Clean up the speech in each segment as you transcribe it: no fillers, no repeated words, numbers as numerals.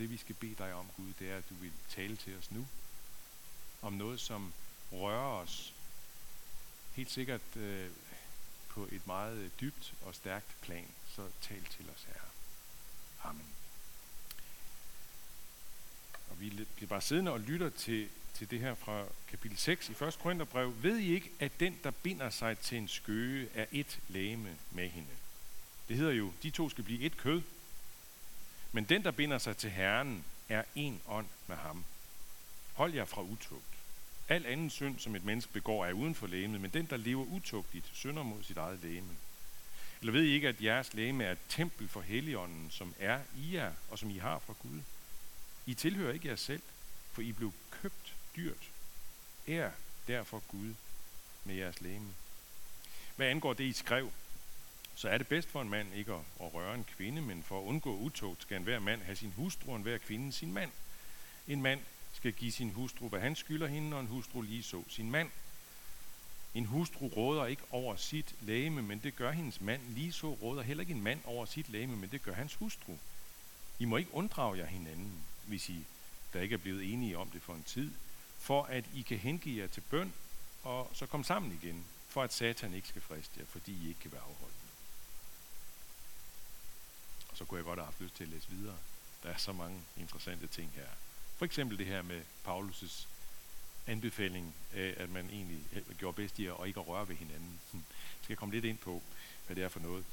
Det vi skal bede dig om, Gud, det er, at du vil tale til os nu om noget, som rører os helt sikkert på et meget dybt og stærkt plan. Så tal til os, Herre. Amen. Og vi bliver bare siddende og lytter til det her fra kapitel 6 i 1. Korintherbrev. Ved I ikke, at den, der binder sig til en skøge, er ét legeme med hende? Det hedder jo, de to skal blive ét kød. Men den, der binder sig til Herren, er en ånd med ham. Hold jer fra utugt. Al anden synd, som et menneske begår, er uden for legemet, men den, der lever utugtigt, synder mod sit eget legeme. Eller ved I ikke, at jeres legeme er et tempel for Helligånden, som er i jer, og som I har fra Gud? I tilhører ikke jer selv, for I blev købt dyrt. Ær derfor Gud med jeres legeme. Hvad angår det, I skrev, så er det bedst for en mand ikke at røre en kvinde, men for at undgå utugt skal enhver mand have sin hustru, og enhver kvinde sin mand. En mand skal give sin hustru, hvad han skylder hende, og en hustru lige så sin mand. En hustru råder ikke over sit legeme, men det gør hendes mand. Lige så råder heller ikke en mand over sit legeme, men det gør hans hustru. I må ikke unddrage jer hinanden, hvis I der ikke er blevet enige om det for en tid, for at I kan hengive jer til bøn, og så komme sammen igen, for at Satan ikke skal friste jer, fordi I ikke kan være afholdende. Og så kunne jeg godt have haft lyst til at læse videre. Der er så mange interessante ting her. For eksempel det her med Paulus' anbefaling af, at man egentlig gjorde bedst i at ikke at røre ved hinanden. Jeg skal komme lidt ind på, hvad det er for noget.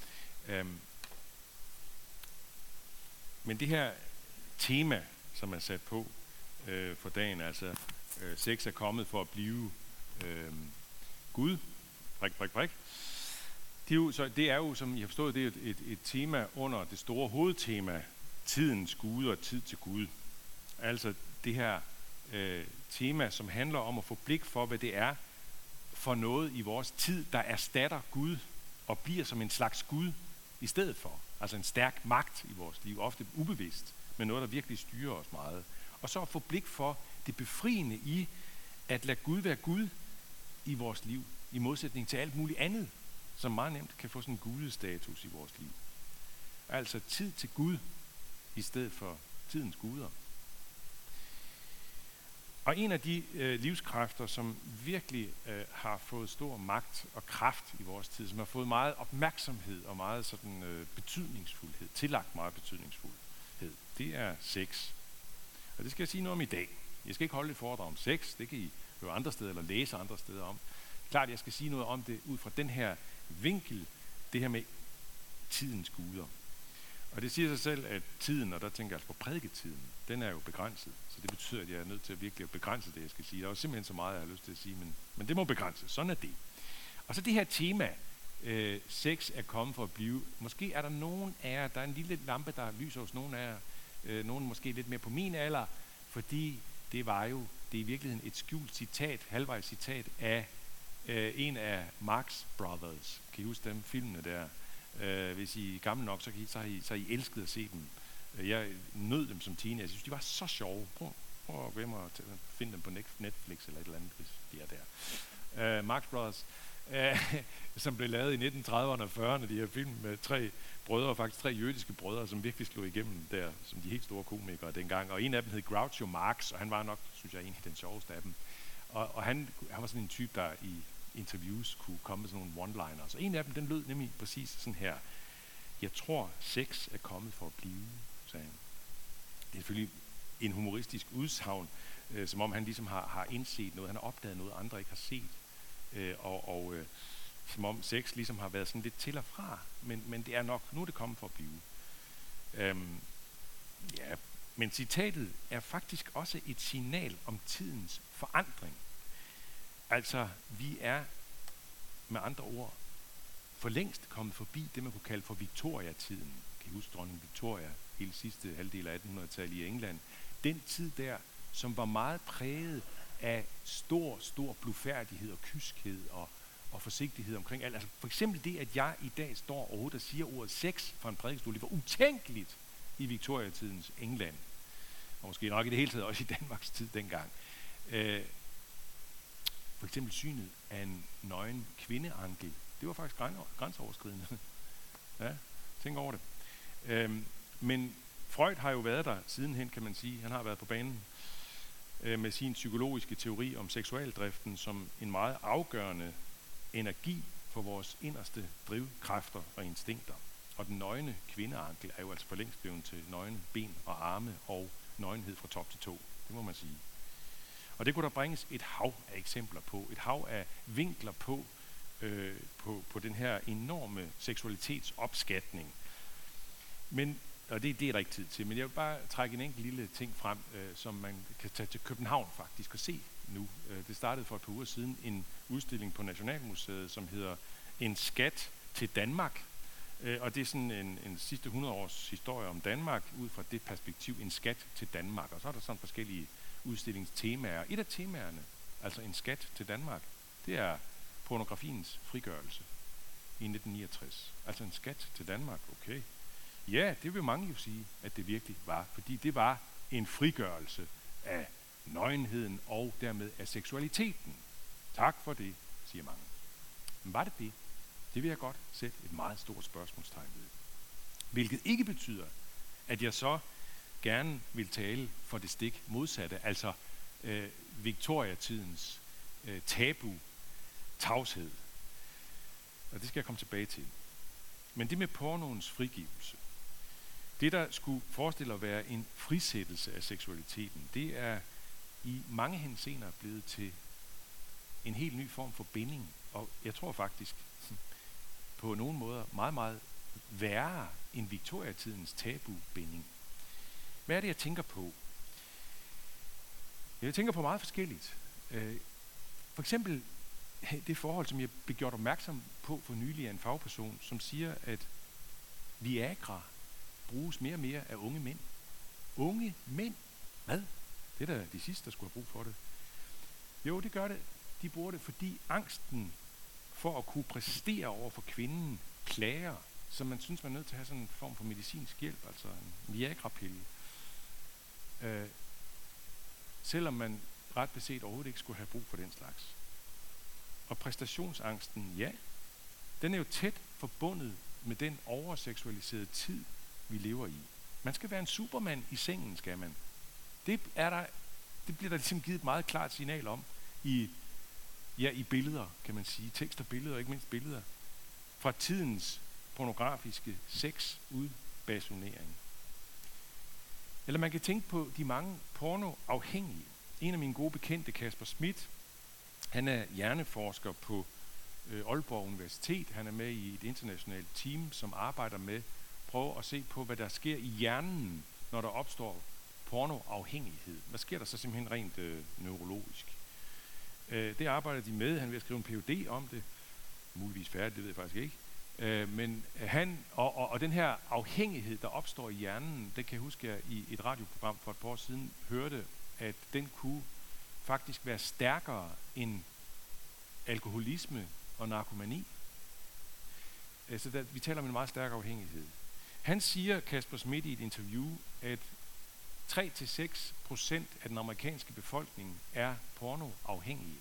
Men det her tema, som er sat på for dagen, altså sex er kommet for at blive Gud, prik. Det er jo, som I har forstået, det er et tema under det store hovedtema, tidens Gud og tid til Gud. Altså det her tema, som handler om at få blik for, hvad det er for noget i vores tid, der erstatter Gud og bliver som en slags Gud i stedet for. Altså en stærk magt i vores liv, ofte ubevidst, men noget, der virkelig styrer os meget. Og så at få blik for det befriende i at lade Gud være Gud i vores liv, i modsætning til alt muligt andet, som meget nemt kan få sådan en gudestatus i vores liv. Altså tid til Gud i stedet for tidens guder. Og en af de livskræfter, som virkelig har fået stor magt og kraft i vores tid, som har fået meget opmærksomhed og meget sådan betydningsfuldhed, tillagt meget betydningsfuldhed, det er sex. Og det skal jeg sige noget om i dag. Jeg skal ikke holde et foredrag om sex, det kan I høre andre steder eller læse andre steder om. Klart, jeg skal sige noget om det ud fra den her vinkel, det her med tidens guder. Og det siger sig selv, at tiden, og der tænker jeg altså på prædiketiden, den er jo begrænset. Så det betyder, at jeg er nødt til at virkelig at begrænse det, jeg skal sige. Der er jo simpelthen så meget, jeg har lyst til at sige, men det må begrænses. Sådan er det. Og så det her tema, sex er kommet for at blive. Måske er der nogen af jer, der er en lille lampe, der lyser hos nogen af jer, nogen måske lidt mere på min alder, fordi det er i virkeligheden et skjult citat, halvvejs citat af en af Marx Brothers. Kan I huske dem filmene der? Hvis I er gamle nok, så har I elsket at se dem. Jeg nød dem som teenager. Jeg synes, de var så sjove. Prøv at gå hjem og finde dem på Netflix eller et eller andet, hvis de er der. Marx Brothers, som blev lavet i 1930'erne og 40'erne, de her film med tre brødre, faktisk tre jødiske brødre, som virkelig slog igennem der, som de helt store komikere dengang. Og en af dem hed Groucho Marx, og han var nok, synes jeg, egentlig den sjoveste af dem. Og han var sådan en type, der i interviews kunne komme med sådan nogle one-liners. Og en af dem, den lød nemlig præcis sådan her. Jeg tror, sex er kommet for at blive, sagde han. Det er selvfølgelig en humoristisk udsagn, som om han ligesom har indset noget, han har opdaget noget, andre ikke har set. Og som om sex ligesom har været sådan lidt til og fra, men det er nok, nu er det kommet for at blive. Men citatet er faktisk også et signal om tidens forandring. Altså, vi er med andre ord for længst kommet forbi det, man kunne kalde for Victoria-tiden. Kan I huske dronning Victoria, hele sidste halvdel af 1800-tallet i England? Den tid der, som var meget præget af stor blufærdighed og kyskhed og forsigtighed omkring alt. Altså for eksempel det, at jeg i dag står overhovedet og siger ordet sex fra en prædikestol, det var utænkeligt i Victoria-tidens England. Og måske nok i det hele taget også i Danmarks tid dengang. For eksempel synet af en nøgen kvindeankel. Det var faktisk grænseoverskridende. Ja, tænk over det. Men Freud har jo været der sidenhen, kan man sige. Han har været på banen med sin psykologiske teori om seksualdriften som en meget afgørende energi for vores inderste drivkræfter og instinkter. Og den nøgne kvindeankel er jo altså for længst blevet til nøgne ben og arme og nøgenhed fra top til tå. Det må man sige. Og det kunne der bringes et hav af eksempler på, et hav af vinkler på den her enorme seksualitetsopskatning. Men, og det er der ikke tid til, men jeg vil bare trække en enkelt lille ting frem, som man kan tage til København faktisk og se nu. Det startede for et par uger siden en udstilling på Nationalmuseet, som hedder En skat til Danmark. Og det er sådan en sidste 100 års historie om Danmark, ud fra det perspektiv, en skat til Danmark. Og så er der sådan forskellige udstillingstemaer. Et af temaerne, altså en skat til Danmark, det er pornografiens frigørelse i 1969. Altså en skat til Danmark, okay. Ja, det vil mange jo sige, at det virkelig var, fordi det var en frigørelse af nøgenheden og dermed af seksualiteten. Tak for det, siger mange. Men var det det? Det vil jeg godt sætte et meget stort spørgsmålstegn ved. Hvilket ikke betyder, at jeg så gerne vil tale for det stik modsatte, altså Victoria-tidens tabu, tavshed. Og det skal jeg komme tilbage til. Men det med pornoens frigivelse, det der skulle forestille at være en frisættelse af seksualiteten, det er i mange henseender blevet til en helt ny form for binding. Og jeg tror faktisk på nogle måder meget, meget værre end Victoria-tidens tabu-binding. Hvad er det, jeg tænker på? Jeg tænker på meget forskelligt. For eksempel det forhold, som jeg blev gjort opmærksom på for nylig af en fagperson, som siger, at Viagra bruges mere og mere af unge mænd. Unge mænd? Hvad? Det er da de sidste, der skulle have brug for det. Jo, det gør det. De bruger det, fordi angsten for at kunne præstere over for kvinden klager, så man synes, man er nødt til at have sådan en form for medicinsk hjælp, altså en Viagra-pille. Selvom man ret beset overhovedet ikke skulle have brug for den slags. Og præstationsangsten, ja, den er jo tæt forbundet med den overseksualiserede tid, vi lever i. Man skal være en supermand i sengen, skal man. Det bliver der ligesom givet et meget klart signal om i billeder, kan man sige. Tekst og billeder, ikke mindst billeder, fra tidens pornografiske sex-udbasunering. Eller man kan tænke på de mange pornoafhængige. En af mine gode bekendte, Kasper Schmidt, han er hjerneforsker på Aalborg Universitet. Han er med i et internationalt team, som arbejder med at prøve at se på, hvad der sker i hjernen, når der opstår pornoafhængighed. Hvad sker der så simpelthen rent neurologisk? Det arbejder de med. Han vil skrive en Ph.D. om det. Muligvis færdigt, det ved jeg faktisk ikke. Men han og den her afhængighed, der opstår i hjernen, det kan jeg huske, jeg i et radioprogram for et par år siden hørte, at den kunne faktisk være stærkere end alkoholisme og narkomani. Så vi taler om en meget stærk afhængighed. Han siger, Kasper Schmidt, i et interview, at 3-6% af den amerikanske befolkning er pornoafhængige.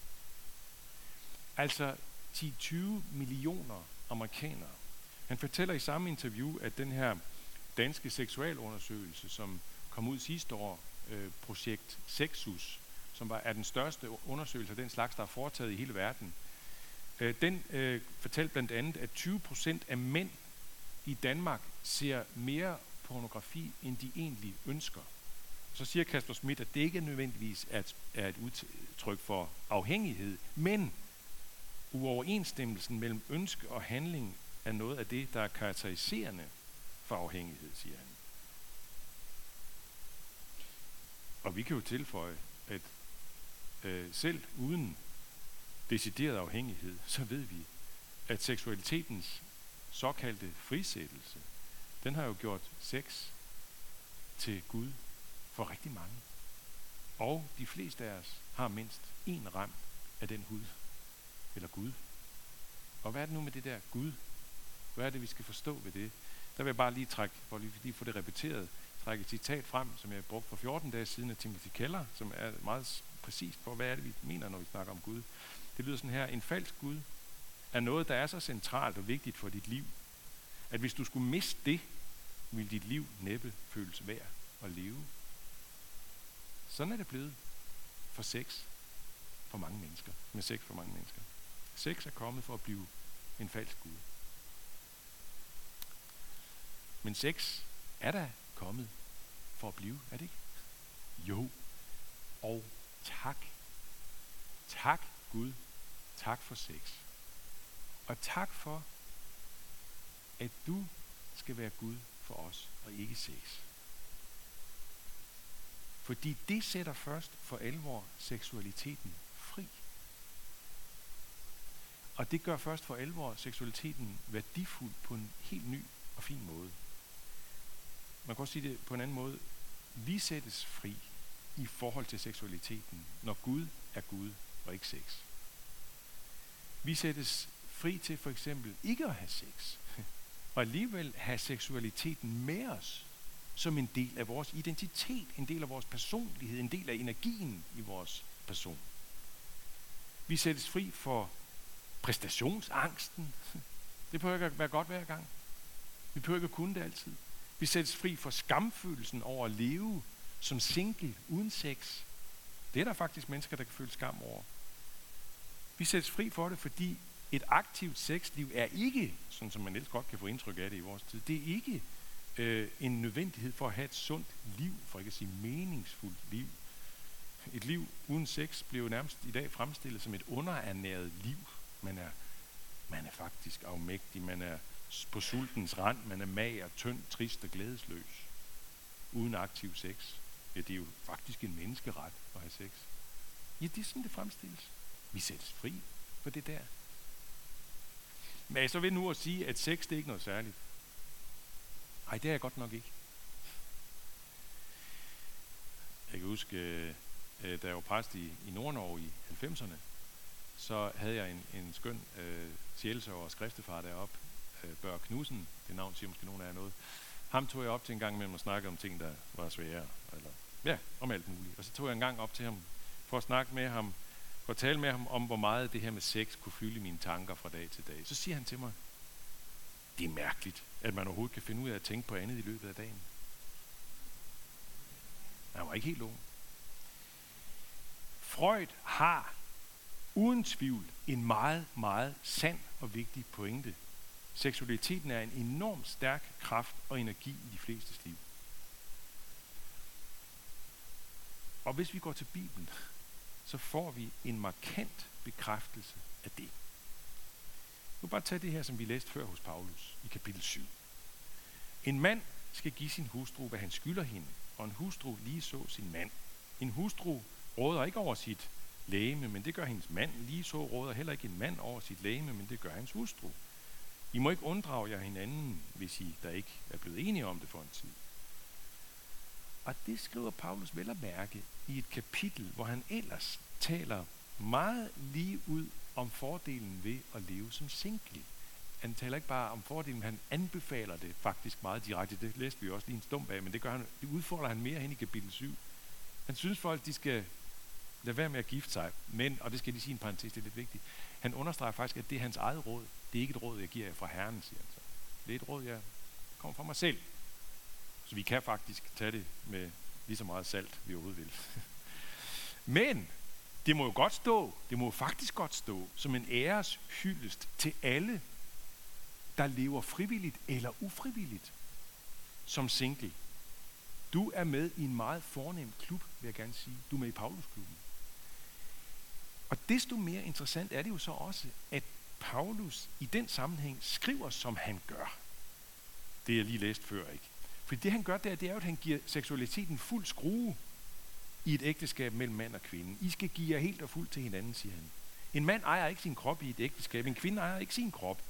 Altså 10-20 millioner amerikanere. Han fortæller i samme interview, at den her danske seksualundersøgelse, som kom ud sidste år, projekt Sexus, som er den største undersøgelse af den slags, der er foretaget i hele verden, den fortalte blandt andet, at 20% af mænd i Danmark ser mere pornografi, end de egentlig ønsker. Så siger Kasper Schmidt, at det ikke nødvendigvis er et udtryk for afhængighed, men uoverensstemmelsen mellem ønske og handling er noget af det, der er karakteriserende for afhængighed, siger han. Og vi kan jo tilføje, at selv uden decideret afhængighed, så ved vi, at seksualitetens såkaldte frisættelse, den har jo gjort sex til Gud for rigtig mange. Og de fleste af os har mindst én rem af den hud, eller Gud. Og hvad er det nu med det der Gud? Hvad er det, vi skal forstå ved det? Der vil jeg bare lige trække, for lige få det repeteret, trække et citat frem, som jeg brugte for 14 dage siden af Timothy Keller, som er meget præcist på, hvad er det, vi mener, når vi snakker om Gud. Det lyder sådan her: en falsk Gud er noget, der er så centralt og vigtigt for dit liv, at hvis du skulle miste det, vil dit liv næppe føles værd at leve. Sådan er det blevet for sex for mange mennesker. Med sex for mange mennesker. Sex er kommet for at blive en falsk gud. Men sex er da kommet for at blive, er det ikke? Jo. Og tak. Tak Gud. Tak for sex. Og tak for, at du skal være Gud for os, og ikke sex. Fordi det sætter først for alvor seksualiteten fri. Og det gør først for alvor seksualiteten værdifuld på en helt ny og fin måde. Man kan også sige det på en anden måde. Vi sættes fri i forhold til seksualiteten, når Gud er Gud og ikke sex. Vi sættes fri til for eksempel ikke at have sex, og alligevel have seksualiteten med os som en del af vores identitet, en del af vores personlighed, en del af energien i vores person. Vi sættes fri for præstationsangsten. Det behøver ikke at være godt hver gang. Vi behøver ikke at kunne det altid. Vi sættes fri for skamfølelsen over at leve som single uden sex. Det er der faktisk mennesker, der kan føle skam over. Vi sættes fri for det, fordi et aktivt sexliv er ikke, sådan som man ellers godt kan få indtryk af det i vores tid, det er ikke en nødvendighed for at have et sundt liv, for ikke at sige meningsfuldt liv. Et liv uden sex bliver jo nærmest i dag fremstillet som et underernæret liv. Man er faktisk afmægtig, man er på sultens rand, man er mager, tynd, trist og glædesløs. Uden aktiv sex. Ja, det er jo faktisk en menneskeret at have sex. Ja, det er sådan, det fremstilles. Vi sættes fri for det der. Men jeg så vil nu at sige, at sex det er ikke noget særligt. Nej, det er jeg godt nok ikke. Jeg kan huske, da jeg var præst i Nord-Norge i 90'erne, så havde jeg en skøn sjælesørger og skriftefar deroppe, Børge Knudsen, det navn siger måske nogen af jer noget. Ham tog jeg op til en gang med at snakke om ting, der var svære, eller ja, om alt muligt. Og så tog jeg en gang op til ham for at snakke med ham, for at tale med ham om, hvor meget det her med sex kunne fylde mine tanker fra dag til dag. Så siger han til mig, det er mærkeligt, at man overhovedet kan finde ud af at tænke på andet i løbet af dagen. Han var ikke helt ung. Freud har uden tvivl en meget, meget sand og vigtig pointe. Seksualiteten er en enormt stærk kraft og energi i de flestes liv. Og hvis vi går til Bibelen, så får vi en markant bekræftelse af det. Nu bare tage det her, som vi læste før hos Paulus i kapitel 7. En mand skal give sin hustru, hvad han skylder hende, og en hustru lige så sin mand. En hustru råder ikke over sit legeme, men det gør hendes mand. Lige så råder heller ikke en mand over sit legeme, men det gør hans hustru. I må ikke unddrage jer hinanden, hvis I der ikke er blevet enige om det for en tid. Og det skriver Paulus vel at mærke i et kapitel, hvor han ellers taler meget lige ud om fordelen ved at leve som single. Han taler ikke bare om fordelen, han anbefaler det faktisk meget direkte. Det læste vi også lige en stump af, men det udfordrer han mere hen i kapitel 7. Han synes folk, de skal lade være med at gifte sig, men, og det skal de sige en parentes, det er lidt vigtigt, han understreger faktisk, at det er hans eget råd. Det er ikke et råd, jeg giver jer fra Herren, siger han så. Det er et råd, jeg kommer fra mig selv. Så vi kan faktisk tage det med lige så meget salt, vi overhovedet vil. Men det må jo godt stå, det må faktisk godt stå, som en æreshyldest til alle, der lever frivilligt eller ufrivilligt som single. Du er med i en meget fornem klub, vil jeg gerne sige. Du er med i Paulusklubben. Og desto mere interessant er det jo så også, at Paulus i den sammenhæng skriver, som han gør. Det jeg lige læste før, ikke? For det han gør der, det er jo, at han giver seksualiteten fuld skrue i et ægteskab mellem mand og kvinde. I skal give jer helt og fuldt til hinanden, siger han. En mand ejer ikke sin krop i et ægteskab. En kvinde ejer ikke sin krop.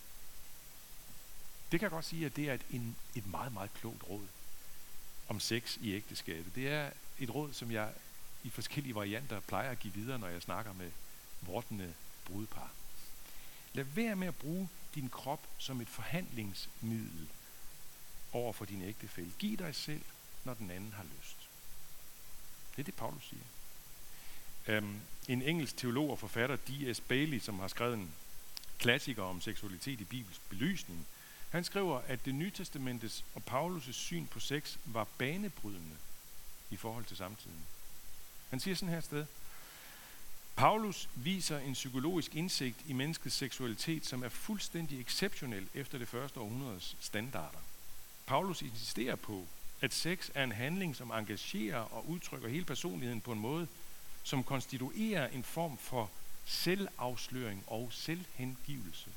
Det kan jeg godt sige, at det er et meget, meget klogt råd om sex i ægteskabet. Det er et råd, som jeg i forskellige varianter plejer at give videre, når jeg snakker med vortende brudepar. Lad være med at bruge din krop som et forhandlingsmiddel over for din ægtefælle. Giv dig selv, når den anden har lyst. Det er det, Paulus siger. En engelsk teolog og forfatter, D.S. Bailey, som har skrevet en klassiker om seksualitet i Bibels belysning, Han skriver, at det Nye Testamentets og Paulus' syn på sex var banebrydende i forhold til samtiden. Han siger sådan her sted: Paulus viser en psykologisk indsigt i menneskets seksualitet, som er fuldstændig exceptionel efter det første århundredes standarder. Paulus insisterer på, at sex er en handling, som engagerer og udtrykker hele personligheden på en måde, som konstituerer en form for selvafsløring og selvhengivelse.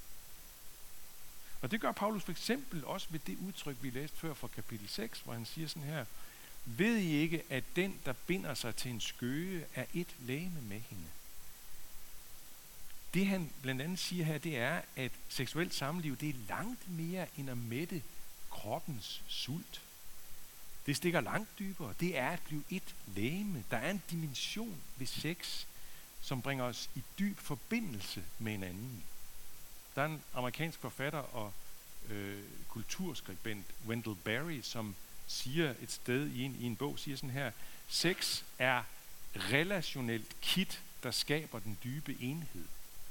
Og det gør Paulus for eksempel også ved det udtryk, vi læste før fra kapitel 6, hvor han siger sådan her: Ved I ikke, at den, der binder sig til en skøge, er et legeme med hende? Det han blandt andet siger her, det er, at seksuelt samliv, det er langt mere end at mætte kroppens sult. Det stikker langt dybere. Det er at blive et legeme. Der er en dimension ved sex, som bringer os i dyb forbindelse med hinanden. Der er en amerikansk forfatter og kulturskribent, Wendell Berry, som siger et sted i en bog, siger sådan her: sex er relationelt kit, der skaber den dybe enhed.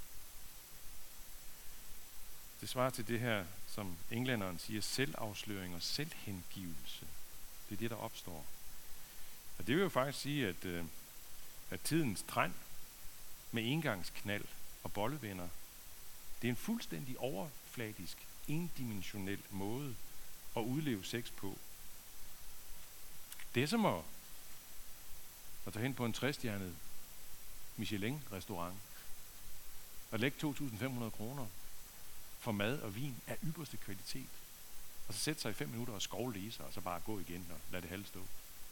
Det svarer til det her, som englænderen siger, selvafsløring og selvhengivelse. Det er det, der opstår. Og det vil jo faktisk sige, at tidens trend med engangsknald og bollevenner, det er en fuldstændig overfladisk, endimensionel måde at udleve sex på. Det er som at tage hen på en 3-stjernet Michelin-restaurant og lægge 2.500 kroner for mad og vin af ypperste kvalitet, og så sætte sig i 5 minutter og skovle i sig, og så bare gå igen og lade det halve stå.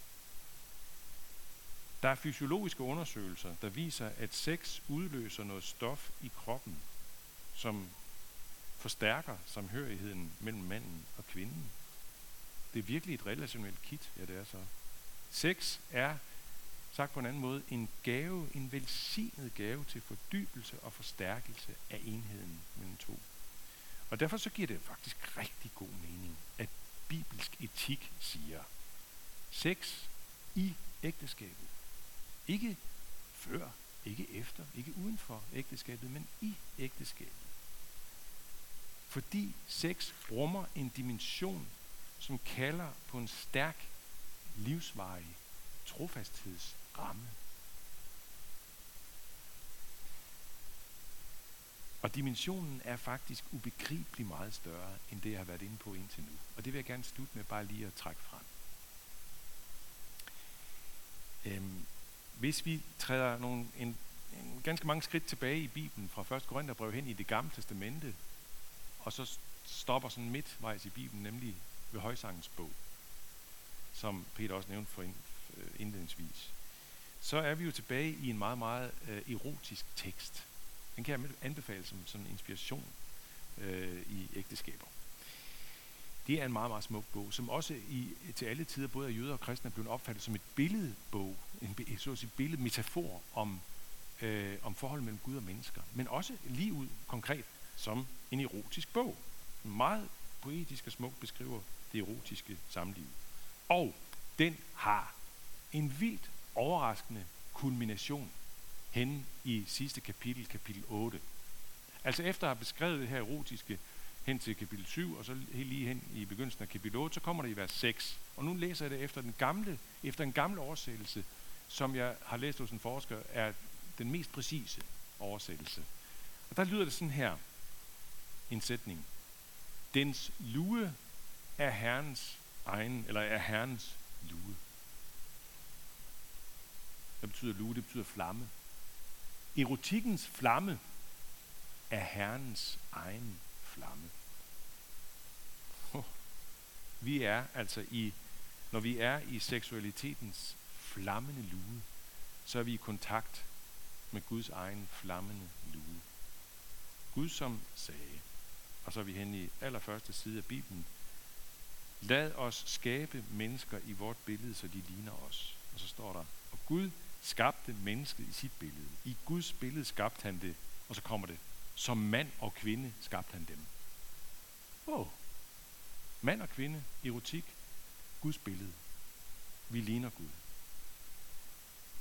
Der er fysiologiske undersøgelser, der viser, at sex udløser noget stof i kroppen, som forstærker samhørigheden mellem manden og kvinden. Det er virkelig et relationelt kit, ja, det er så. Sex er, sagt på en anden måde, en gave, en velsignet gave til fordybelse og forstærkelse af enheden mellem to. Og derfor så giver det faktisk rigtig god mening, at bibelsk etik siger: sex i ægteskabet. Ikke før, ikke efter, ikke uden for ægteskabet, men i ægteskabet. Fordi sex rummer en dimension, som kalder på en stærk, livsvarig trofasthedsramme. Og dimensionen er faktisk ubegribelig meget større, end det jeg har været inde på indtil nu. Og det vil jeg gerne slutte med bare lige at trække frem. Hvis vi træder en ganske mange skridt tilbage i Bibelen, fra 1. Korintherbrev hen i Det Gamle Testamente, og så stopper sådan midtvejs i Bibelen, nemlig ved Højsangens bog, som Peter også nævnte for indledningsvis, så er vi jo tilbage i en meget, meget erotisk tekst. Den kan jeg anbefale som sådan en inspiration i ægteskaber. Det er en meget, meget smuk bog, som også til alle tider, både af jøder og kristne, er blevet opfattet som et billedbog, så at sige billedmetafor om forholdet mellem Gud og mennesker, men også lige ud konkret som en erotisk bog. Meget poetisk og smukt beskriver det erotiske samliv. Og den har en vildt overraskende kulmination hen i sidste kapitel, kapitel 8. Altså efter at have beskrevet det her erotiske hen til kapitel 7, og så helt lige hen i begyndelsen af kapitel 8, så kommer det i vers 6. Og nu læser jeg det efter en gammel oversættelse, som jeg har læst hos en forsker, er den mest præcise oversættelse. Og der lyder det sådan her, en sætning: dens lue er Herrens egen, eller er Herrens lue. Hvad betyder lue? Det betyder flamme. Erotikkens flamme er Herrens egen flamme. Vi er altså når vi er i seksualitetens flammende lue, så er vi i kontakt med Guds egen flammende lue. Gud som sagde, og så er vi henne i allerførste side af Bibelen: lad os skabe mennesker i vort billede, så de ligner os. Og så står der: og Gud skabte mennesket i sit billede. I Guds billede skabte han det. Og så kommer det: som mand og kvinde skabte han dem. Mand og kvinde, erotik, Guds billede. Vi ligner Gud.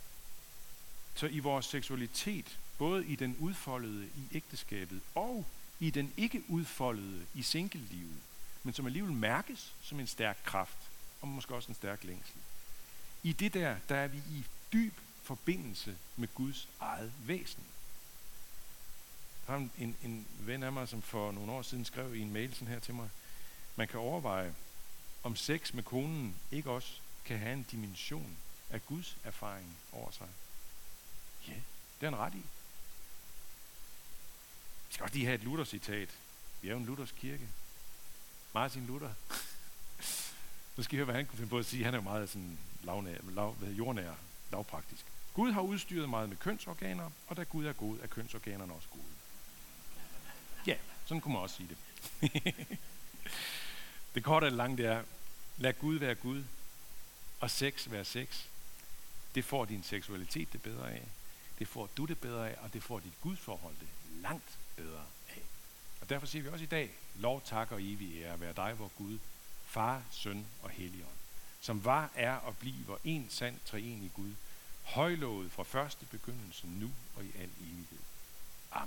Så i vores seksualitet, både i den udfoldede i ægteskabet og i den ikke udfoldede i single-livet, men som alligevel mærkes som en stærk kraft, og måske også en stærk længsel. I det der er vi i dyb forbindelse med Guds eget væsen. Der var en ven af mig, som for nogle år siden skrev i en mail sådan her til mig: man kan overveje, om sex med konen ikke også kan have en dimension af Guds erfaring over sig. Ja, det er en ret i. Vi skal også lige have et Luther-citat. Vi er jo en Luthers kirke. Martin Luther. Nu skal I høre, hvad han kunne finde på at sige. Han er jo meget sådan jordnær, lavpraktisk. Gud har udstyret meget med kønsorganer, og da Gud er god, er kønsorganerne også gode. Ja, sådan kunne man også sige det. Det korte og det lange, det er: lad Gud være Gud, og sex være sex. Det får din seksualitet det bedre af. Det får du det bedre af, og det får dit gudsforhold det langt bedre af. Og derfor siger vi også i dag: lov, tak og evig ære være dig, vor Gud, Far, Søn og Helligånd, som var, er og bliver en sand treenig Gud, højlovet fra første begyndelse, nu og i